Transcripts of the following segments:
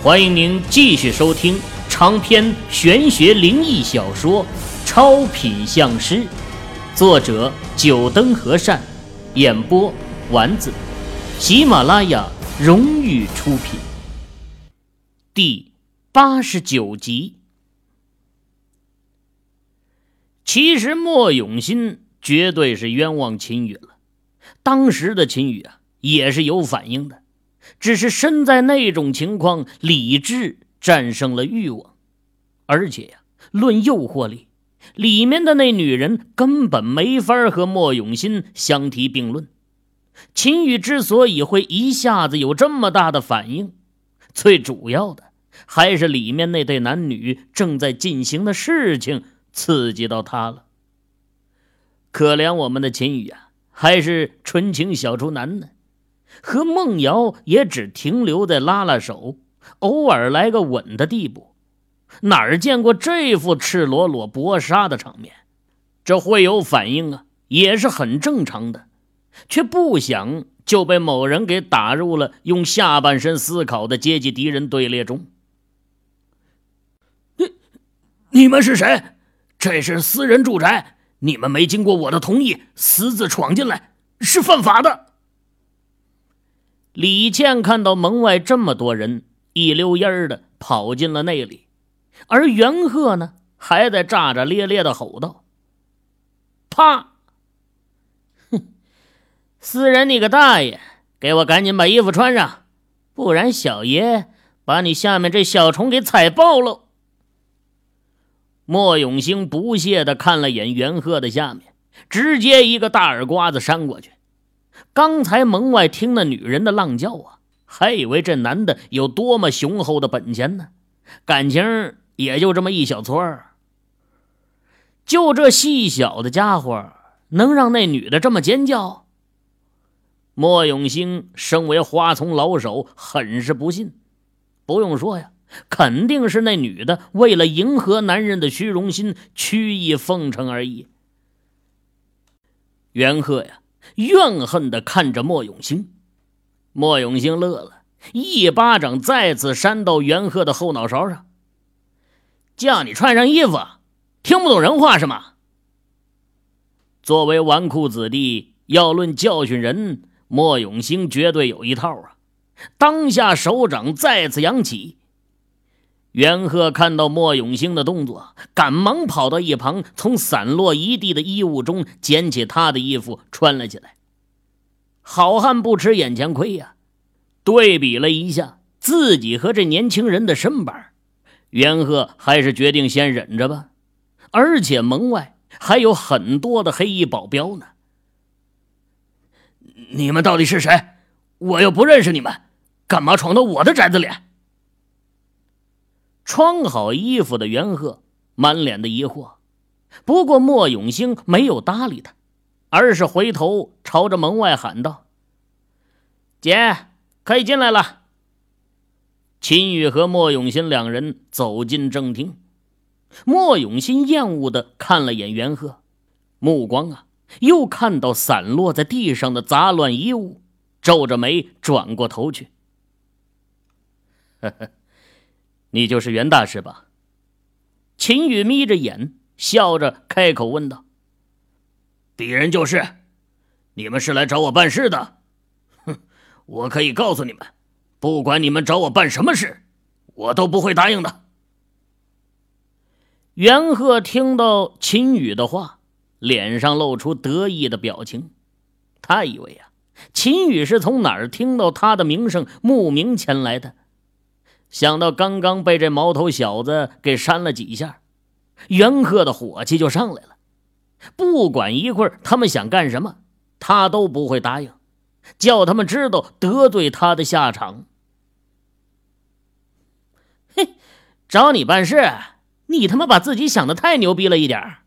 欢迎您继续收听长篇玄学灵异小说《超品相师》，作者九灯和善，演播丸子，喜马拉雅荣誉出品。第89集。其实莫永新绝对是冤枉秦宇了，当时的秦宇啊也是有反应的，只是身在那种情况，理智战胜了欲望。而且呀，论诱惑力，里面的那女人根本没法和莫永新相提并论。秦宇之所以会一下子有这么大的反应，最主要的还是里面那对男女正在进行的事情刺激到他了。可怜我们的秦宇啊，还是纯情小处男呢，和孟瑶也只停留在拉拉手，偶尔来个吻的地步，哪儿见过这副赤裸裸搏杀的场面？这会有反应啊，也是很正常的，却不想就被某人给打入了用下半身思考的阶级敌人队列中。 你们是谁？这是私人住宅，你们没经过我的同意私自闯进来，是犯法的。 李健看到门外这么多人，一溜烟的跑进了那里，而袁鹤呢，还在炸炸咧咧的吼道：啪！哼，私人你个大爷，给我赶紧把衣服穿上，不然小爷把你下面这小虫给踩爆喽！莫永兴不屑地看了眼袁鹤的下面，直接一个大耳刮子扇过去。刚才门外听那女人的浪叫啊，还以为这男的有多么雄厚的本钱呢，感情也就这么一小撮儿。就这细小的家伙能让那女的这么尖叫？莫永兴身为花丛老手，很是不信。不用说呀，肯定是那女的为了迎合男人的虚荣心，曲意奉承而已。袁鹤呀，怨恨地看着莫永兴。莫永兴乐了，一巴掌再次扇到袁鹤的后脑勺上。叫你穿上衣服，听不懂人话是吗？作为纨绔子弟，要论教训人，莫永兴绝对有一套啊！当下手掌再次扬起。袁鹤看到莫永兴的动作，赶忙跑到一旁，从散落一地的衣物中捡起他的衣服穿了起来。好汉不吃眼前亏呀，对比了一下自己和这年轻人的身板，袁鹤还是决定先忍着吧，而且门外还有很多的黑衣保镖呢。 你们到底是谁？我又不认识你们，干嘛闯到我的宅子里？ 穿好衣服的袁鹤满脸的疑惑，不过莫永兴没有搭理他，而是回头朝着门外喊道：姐，可以进来了。秦宇和莫永新两人走进正厅，莫永新厌恶地看了眼袁鹤，目光啊又看到散落在地上的杂乱衣物，皱着眉转过头去。呵呵，你就是袁大师吧？秦宇眯着眼笑着开口问道。 鄙人就是。你们是来找我办事的？哼，我可以告诉你们，不管你们找我办什么事，我都不会答应的。 袁鹤听到秦宇的话，脸上露出得意的表情。他以为啊，秦宇是从哪儿听到他的名声慕名前来的。想到刚刚被这毛头小子给扇了几下，袁鹤的火气就上来了。不管一会儿他们想干什么，他都不会答应，叫他们知道得罪他的下场。嘿，找你办事，你他妈把自己想得太牛逼了一点。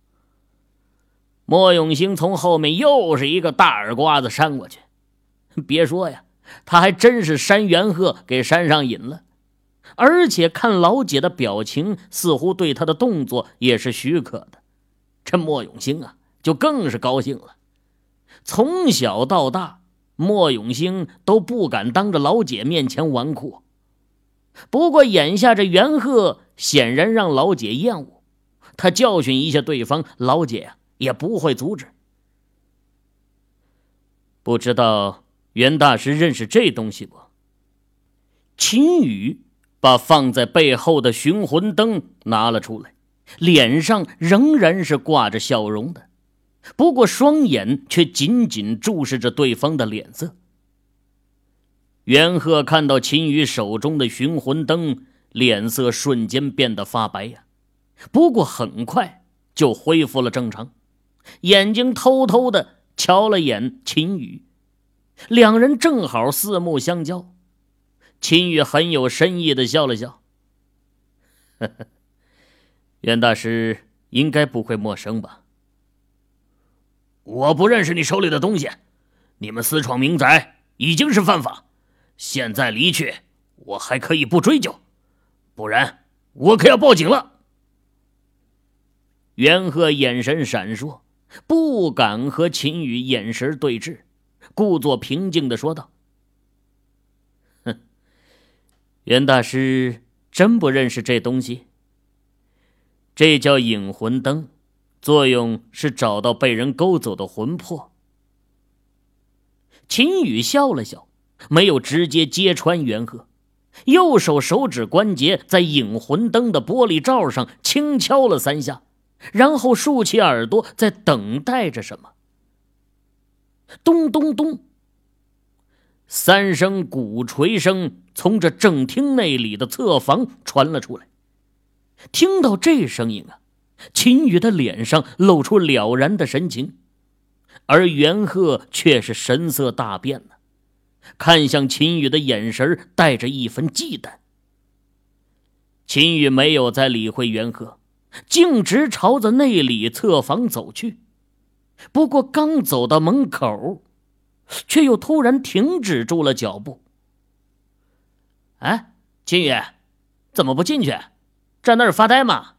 莫永兴从后面又是一个大耳刮子扇过去，别说呀，他还真是扇袁鹤给扇上瘾了，而且看老姐的表情，似乎对他的动作也是许可的。这莫永兴啊，就更是高兴了。从小到大，莫永兴都不敢当着老姐面前纨绔， 不过眼下这袁鹤显然让老姐厌恶，他教训一下对方，老姐也不会阻止。不知道袁大师认识这东西不？秦羽把放在背后的寻魂灯拿了出来，脸上仍然是挂着笑容的，不过双眼却紧紧注视着对方的脸色。袁鹤看到秦羽手中的寻魂灯，脸色瞬间变得发白呀，不过很快就恢复了正常，眼睛偷偷的瞧了眼秦羽，两人正好四目相交。秦羽很有深意的笑了笑，呵呵，袁大师应该不会陌生吧？ 我不认识你手里的东西，你们私闯民宅已经是犯法，现在离去我还可以不追究，不然我可要报警了。 袁鹤眼神闪烁，不敢和秦羽眼神对峙，故作平静地说道：哼，袁大师真不认识这东西？这叫引魂灯，作用是找到被人勾走的魂魄。秦羽笑了笑，没有直接揭穿袁鹤，右手手指关节在引魂灯的玻璃罩上轻敲了3下，然后竖起耳朵在等待着什么。咚咚咚，3声鼓槌声从这正厅内里的侧房传了出来。听到这声音啊，秦羽的脸上露出了然的神情，而袁鹤却是神色大变了，看向秦羽的眼神带着一分忌惮。秦羽没有再理会袁鹤，径直朝着内里侧房走去。不过刚走到门口，却又突然停止住了脚步。哎，秦羽，怎么不进去？站那儿发呆吗？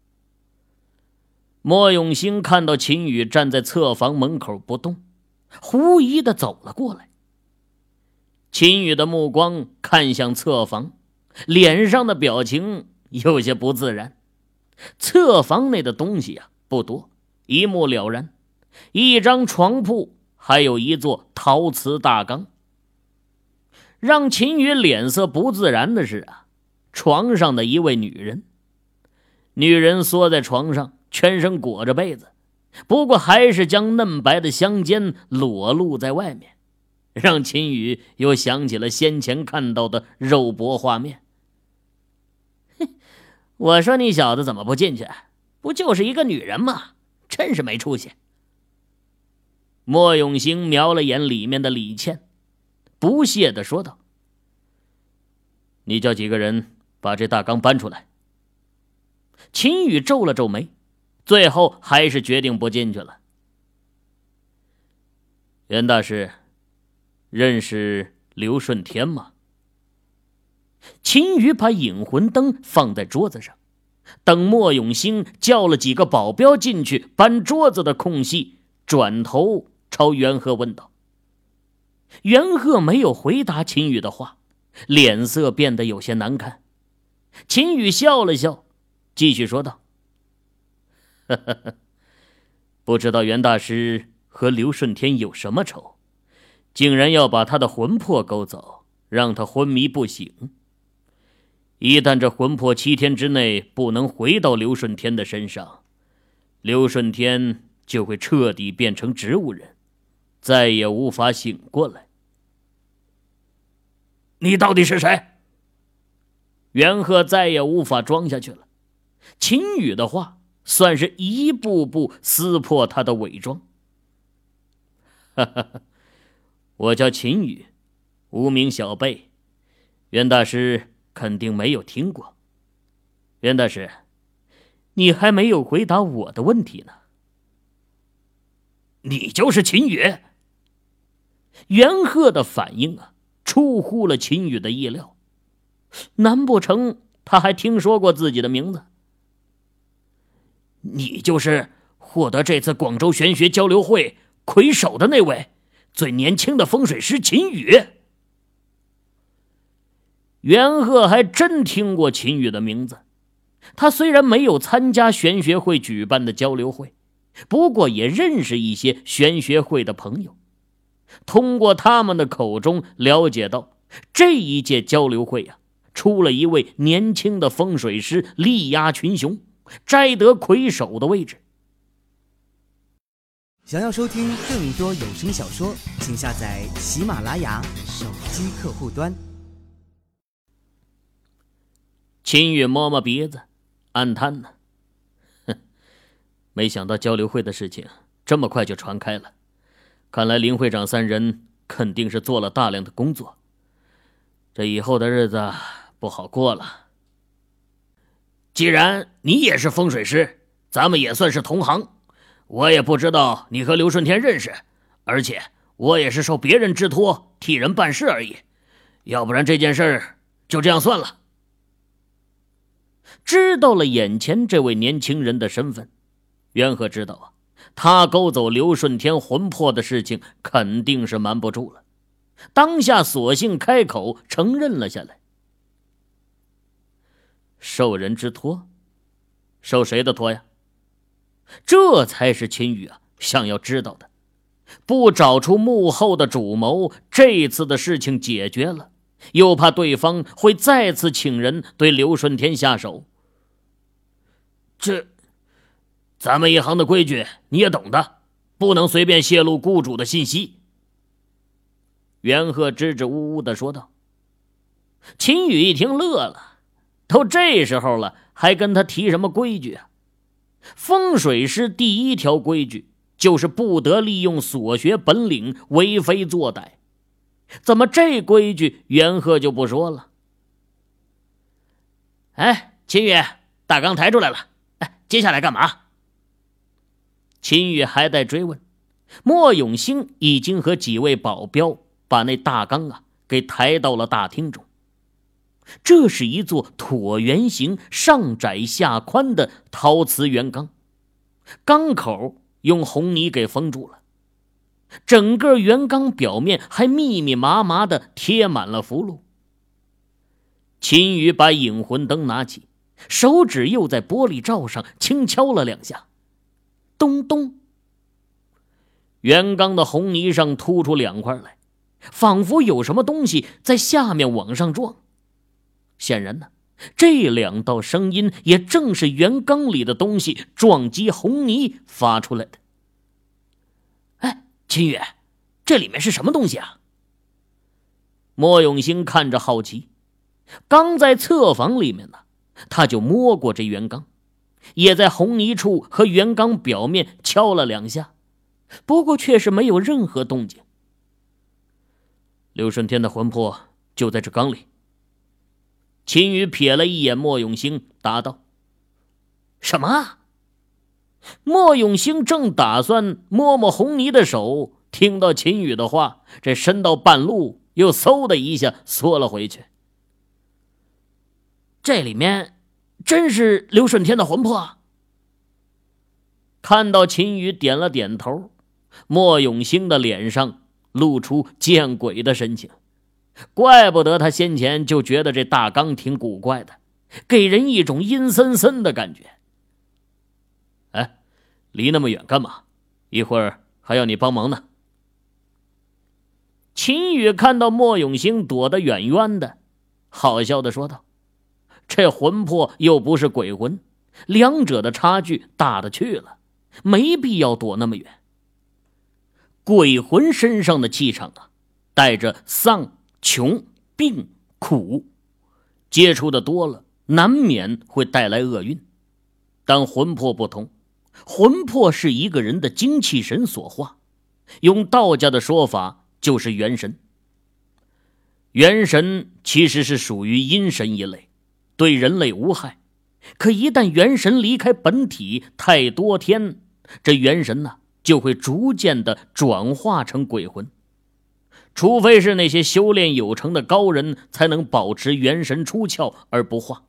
莫永兴看到秦羽站在侧房门口不动，狐疑地走了过来。秦羽的目光看向侧房，脸上的表情有些不自然。侧房内的东西不多，一目了然，一张床铺，还有一座陶瓷大缸。让秦羽脸色不自然的是床上的一位女人。女人缩在床上，全身裹着被子，不过还是将嫩白的香肩裸露在外面，让秦羽又想起了先前看到的肉搏画面。我说你小子怎么不进去？不就是一个女人吗？真是没出息。莫永兴瞄了眼里面的李倩，不屑地说道：你叫几个人把这大缸搬出来。秦羽皱了皱眉，最后还是决定不进去了。袁大师，认识刘顺天吗？秦羽把引魂灯放在桌子上，等莫永兴叫了几个保镖进去搬桌子的空隙，转头朝袁鹤问道。袁鹤没有回答秦羽的话，脸色变得有些难看。秦羽笑了笑，继续说道：呵呵呵，不知道袁大师和刘顺天有什么仇，竟然要把他的魂魄勾走，让他昏迷不醒。一旦这魂魄7天之内不能回到刘顺天的身上，刘顺天就会彻底变成植物人，再也无法醒过来。 你到底是谁？ 袁鹤再也无法装下去了，秦羽的话算是一步步撕破他的伪装。哈哈哈，我叫秦羽，无名小辈，袁大师肯定没有听过。袁大师，你还没有回答我的问题呢。 你就是秦羽？ 袁鹤的反应出乎了秦羽的意料，难不成他还听说过自己的名字？ 你就是获得这次广州玄学交流会魁首的那位最年轻的风水师秦羽？ 袁鹤还真听过秦宇的名字。他虽然没有参加玄学会举办的交流会，不过也认识一些玄学会的朋友。通过他们的口中了解到，这一届交流会出了一位年轻的风水师，力压群雄，摘得魁首的位置。 想要收听更多有声小说，请下载喜马拉雅手机客户端。 秦宇摸摸鼻子，暗叹呢，没想到交流会的事情这么快就传开了，看来林会长三人肯定是做了大量的工作，这以后的日子不好过了。 既然你也是风水师，咱们也算是同行，我也不知道你和刘顺天认识，而且我也是受别人之托替人办事而已，要不然这件事就这样算了。 知道了眼前这位年轻人的身份，袁鹤知道他勾走刘顺天魂魄的事情肯定是瞒不住了，当下索性开口承认了下来。受人之托？受谁的托呀？这才是秦宇想要知道的。不找出幕后的主谋，这次的事情解决了，又怕对方会再次请人对刘顺天下手。 咱们一行的规矩你也懂的，不能随便泄露雇主的信息。 袁鹤支支吾吾地说道。秦宇一听乐了，都这时候了，还跟他提什么规矩啊？风水师第一条规矩就是不得利用所学本领为非作歹，怎么这规矩袁鹤就不说了？ 哎，秦宇，大纲抬出来了，接下来干嘛？ 秦宇还在追问，莫永兴已经和几位保镖把那大纲给抬到了大厅中。这是一座椭圆形上窄下宽的陶瓷圆缸，缸口用红泥给封住了，整个圆缸表面还密密麻麻地贴满了符箓。秦宇把引魂灯拿起，手指又在玻璃罩上轻敲了2下，咚咚，圆缸的红泥上凸出2块来，仿佛有什么东西在下面往上撞。显然这2道声音也正是圆缸里的东西撞击红泥发出来的。 哎，秦宇，这里面是什么东西啊？ 莫永兴看着好奇，刚在侧房里面他就摸过这圆缸，也在红泥处和圆缸表面敲了2下，不过却是没有任何动静。刘顺天的魂魄就在这缸里。秦宇瞥了一眼莫永兴，答道： 什么？ 莫永兴正打算摸摸红泥的手，听到秦宇的话，这伸到半路又嗖的一下缩了回去。 这里面真是刘顺天的魂魄？ 看到秦宇点了点头，莫永兴的脸上露出见鬼的神情。怪不得他先前就觉得这大缸挺古怪的，给人一种阴森森的感觉。哎，离那么远干嘛？一会儿还要你帮忙呢。秦宇看到莫永兴躲得远远的，好笑地说道：这魂魄又不是鬼魂，两者的差距大得去了，没必要躲那么远。鬼魂身上的气场带着丧、穷、病、苦，接触的多了，难免会带来厄运。但魂魄不同，魂魄是一个人的精气神所化，用道家的说法就是元神。元神其实是属于阴神一类，对人类无害，可一旦元神离开本体太多天，这元神就会逐渐的转化成鬼魂。除非是那些修炼有成的高人，才能保持元神出窍而不化。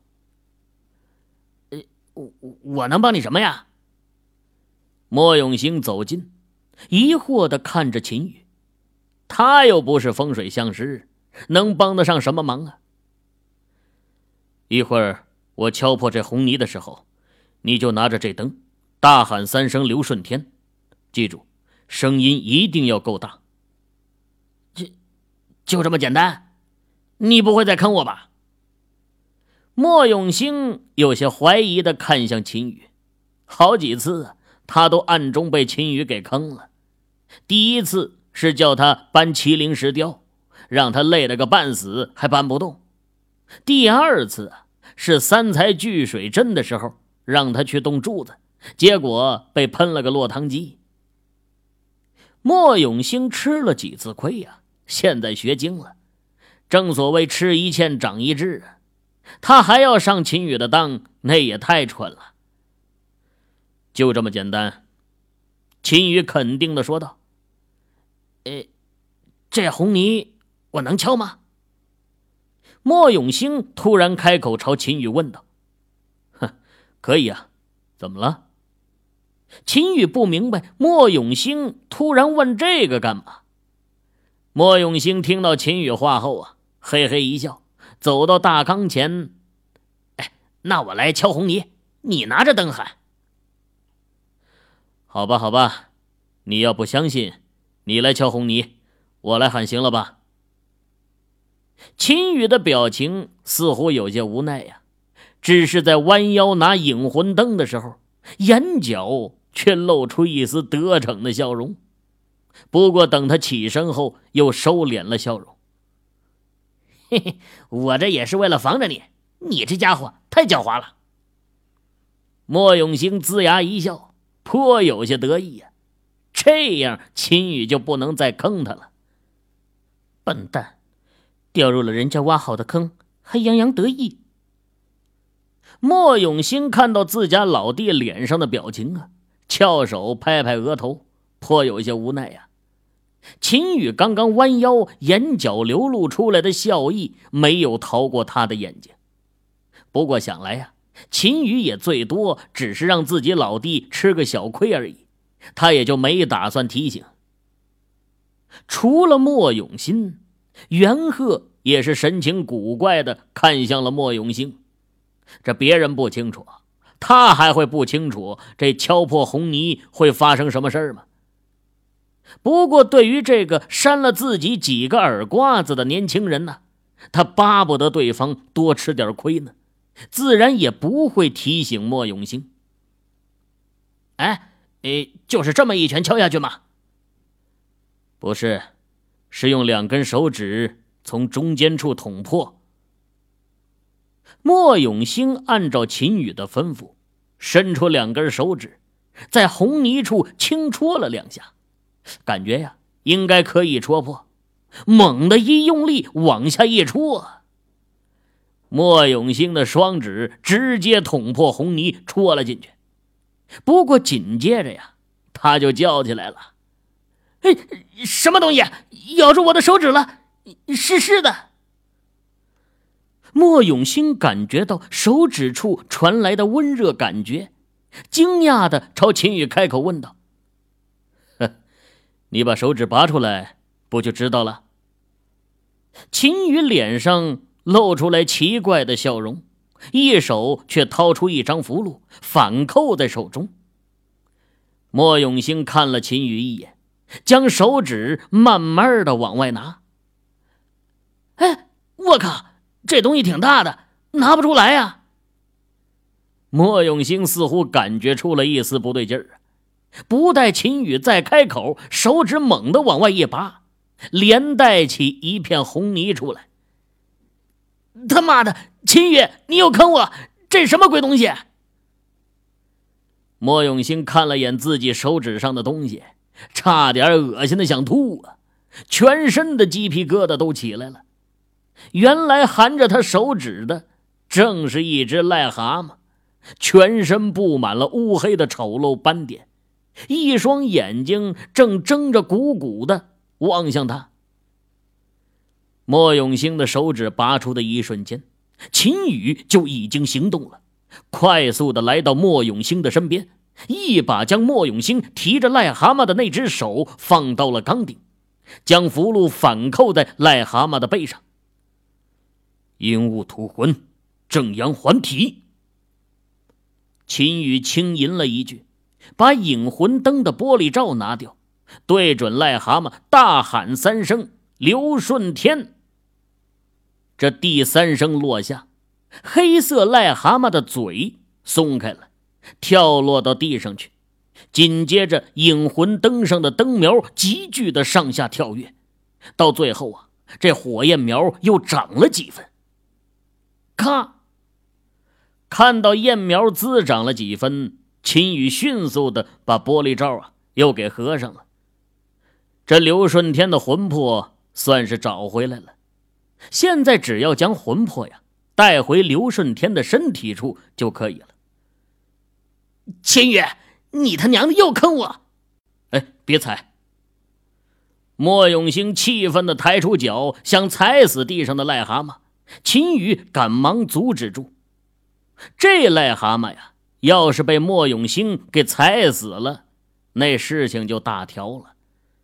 我能帮你什么呀？ 莫永兴走近，疑惑地看着秦宇。他又不是风水相师，能帮得上什么忙啊？ 一会儿我敲破这红泥的时候，你就拿着这灯，大喊3声刘顺天，记住，声音一定要够大。 就这么简单？你不会再坑我吧？ 莫永兴有些怀疑地看向秦宇，好几次他都暗中被秦宇给坑了。第一次是叫他搬麒麟石雕，让他累得个半死还搬不动。第二次是3才聚水针的时候，让他去动柱子，结果被喷了个落汤鸡。莫永兴吃了几次亏呀，现在学精了。正所谓吃一堑长一智啊，他还要上秦宇的当，那也太蠢了。就这么简单。秦宇肯定地说道。 这红泥我能敲吗？ 莫永兴突然开口朝秦宇问道。可以啊，怎么了？秦宇不明白莫永兴突然问这个干嘛。莫永兴听到秦宇话后啊，嘿嘿一笑，走到大缸前。 那我来敲红泥，你拿着灯喊。 好吧好吧，你要不相信，你来敲红泥，我来喊，行了吧？秦宇的表情似乎有些无奈呀，只是在弯腰拿引魂灯的时候，眼角却露出一丝得逞的笑容。不过等他起身后，又收敛了笑容。 嘿嘿，我这也是为了防着你，你这家伙太狡猾了。 莫永兴龇牙一笑，颇有些得意呀。这样秦宇就不能再坑他了。 笨蛋，掉入了人家挖好的坑，还洋洋得意。 莫永兴看到自家老弟脸上的表情啊，翘手拍拍额头，颇有些无奈呀。秦宇刚刚弯腰，眼角流露出来的笑意没有逃过他的眼睛。不过想来呀，秦宇也最多只是让自己老弟吃个小亏而已，他也就没打算提醒。除了莫永兴，袁鹤也是神情古怪的看向了莫永兴。这别人不清楚，他还会不清楚这敲破红泥会发生什么事儿吗？不过对于这个扇了自己几个耳刮子的年轻人呢，他巴不得对方多吃点亏呢，自然也不会提醒莫永兴。 就是这么一拳敲下去吗？ 不是，是用2根手指从中间处捅破。莫永兴按照秦宇的吩咐，伸出2根手指，在红泥处轻戳了2下，感觉呀，应该可以戳破。猛地一用力往下一戳，莫永兴的双指直接捅破红泥，戳了进去。不过紧接着呀，他就叫起来了： 什么东西咬住我的手指了？是的。 莫永兴感觉到手指处传来的温热感觉，惊讶地朝秦宇开口问道：你把手指拔出来不就知道了？秦宇脸上露出来奇怪的笑容，一手却掏出一张符箓，反扣在手中。莫永兴看了秦宇一眼，将手指慢慢的往外拿。 我靠，这东西挺大的，拿不出来呀。 莫永兴似乎感觉出了一丝不对劲儿，不待秦宇再开口，手指猛地往外一拔，连带起一片红泥出来。 他妈的，秦宇，你又坑我，这什么鬼东西？ 莫永兴看了眼自己手指上的东西，差点恶心的想吐啊，全身的鸡皮疙瘩都起来了。原来含着他手指的正是一只癞蛤蟆，全身布满了乌黑的丑陋斑点，一双眼睛正睁着鼓鼓的望向他。莫永兴的手指拔出的一瞬间，秦宇就已经行动了，快速的来到莫永兴的身边，一把将莫永兴提着癞蛤蟆的那只手放到了缸顶，将符箓反扣在癞蛤蟆的背上。阴雾吐魂， 正阳还体。 秦羽轻吟了一句，把引魂灯的玻璃罩拿掉，对准癞蛤蟆大喊3声刘顺天。这第3声落下，黑色癞蛤蟆的嘴松开了，跳落到地上去。紧接着引魂灯上的灯苗急剧的上下跳跃，到最后啊，这火焰苗又长了几分。咔！看到焰苗滋长了几分，秦羽迅速的把玻璃罩又给合上了。这刘顺天的魂魄算是找回来了，现在只要将魂魄带回刘顺天的身体处就可以了。 秦羽，你他娘的又坑我！ 哎，别踩！莫永兴气愤地抬出脚，想踩死地上的癞蛤蟆。秦羽赶忙阻止住。这癞蛤蟆要是被莫永兴给踩死了，那事情就大条了。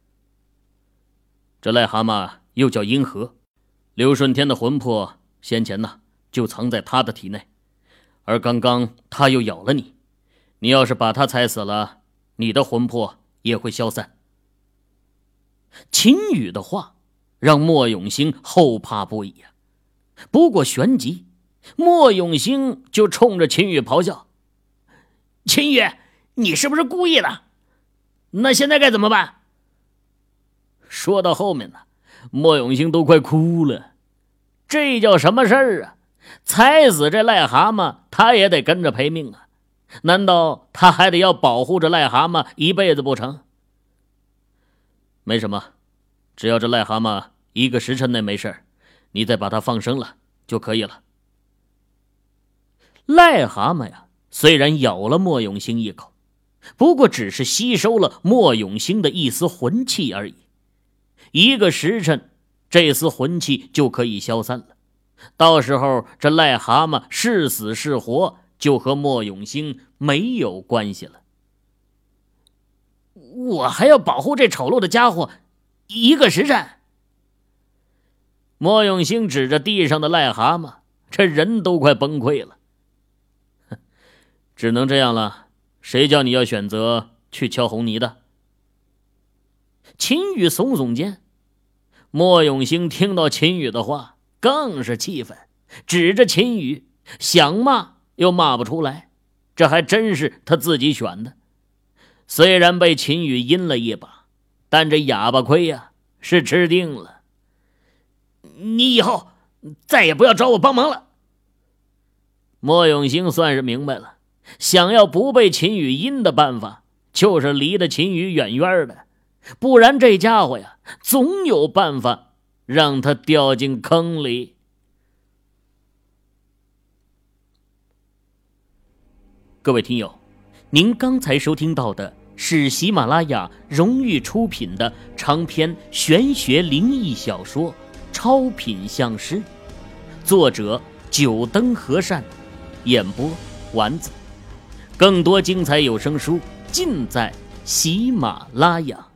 这癞蛤蟆又叫银河，刘顺天的魂魄先前就藏在他的体内，而刚刚他又咬了你。你要是把他踩死了，你的魂魄也会消散。秦羽的话让莫永兴后怕不已不过旋即，莫永兴就冲着秦羽咆哮：“ 秦羽，你是不是故意的？那现在该怎么办？” 说到后面莫永兴都快哭了。这叫什么事儿啊？踩死这癞蛤蟆，他也得跟着赔命啊！难道他还得要保护着癞蛤蟆一辈子不成？没什么，只要这癞蛤蟆1个时辰内没事，你再把它放生了就可以了。癞蛤蟆虽然咬了莫永兴一口，不过只是吸收了莫永兴的一丝魂气而已。1个时辰，这丝魂气就可以消散了。到时候这癞蛤蟆是死是活，就和莫永兴没有关系了。 我还要保护这丑陋的家伙1个时辰。 莫永兴指着地上的癞蛤蟆，这人都快崩溃了。只能这样了，谁叫你要选择去敲红泥的？秦羽耸耸肩。莫永兴听到秦羽的话更是气愤，指着秦羽想骂又骂不出来，这还真是他自己选的。虽然被秦羽阴了一把，但这哑巴亏是吃定了。 你以后再也不要找我帮忙了。 莫永兴算是明白了，想要不被秦羽阴的办法，就是离得秦羽远远的，不然这家伙总有办法让他掉进坑里。各位听友，您刚才收听到的是喜马拉雅荣誉出品的长篇玄学灵异小说《超品相师》，作者九灯和善，演播丸子。更多精彩有声书尽在喜马拉雅。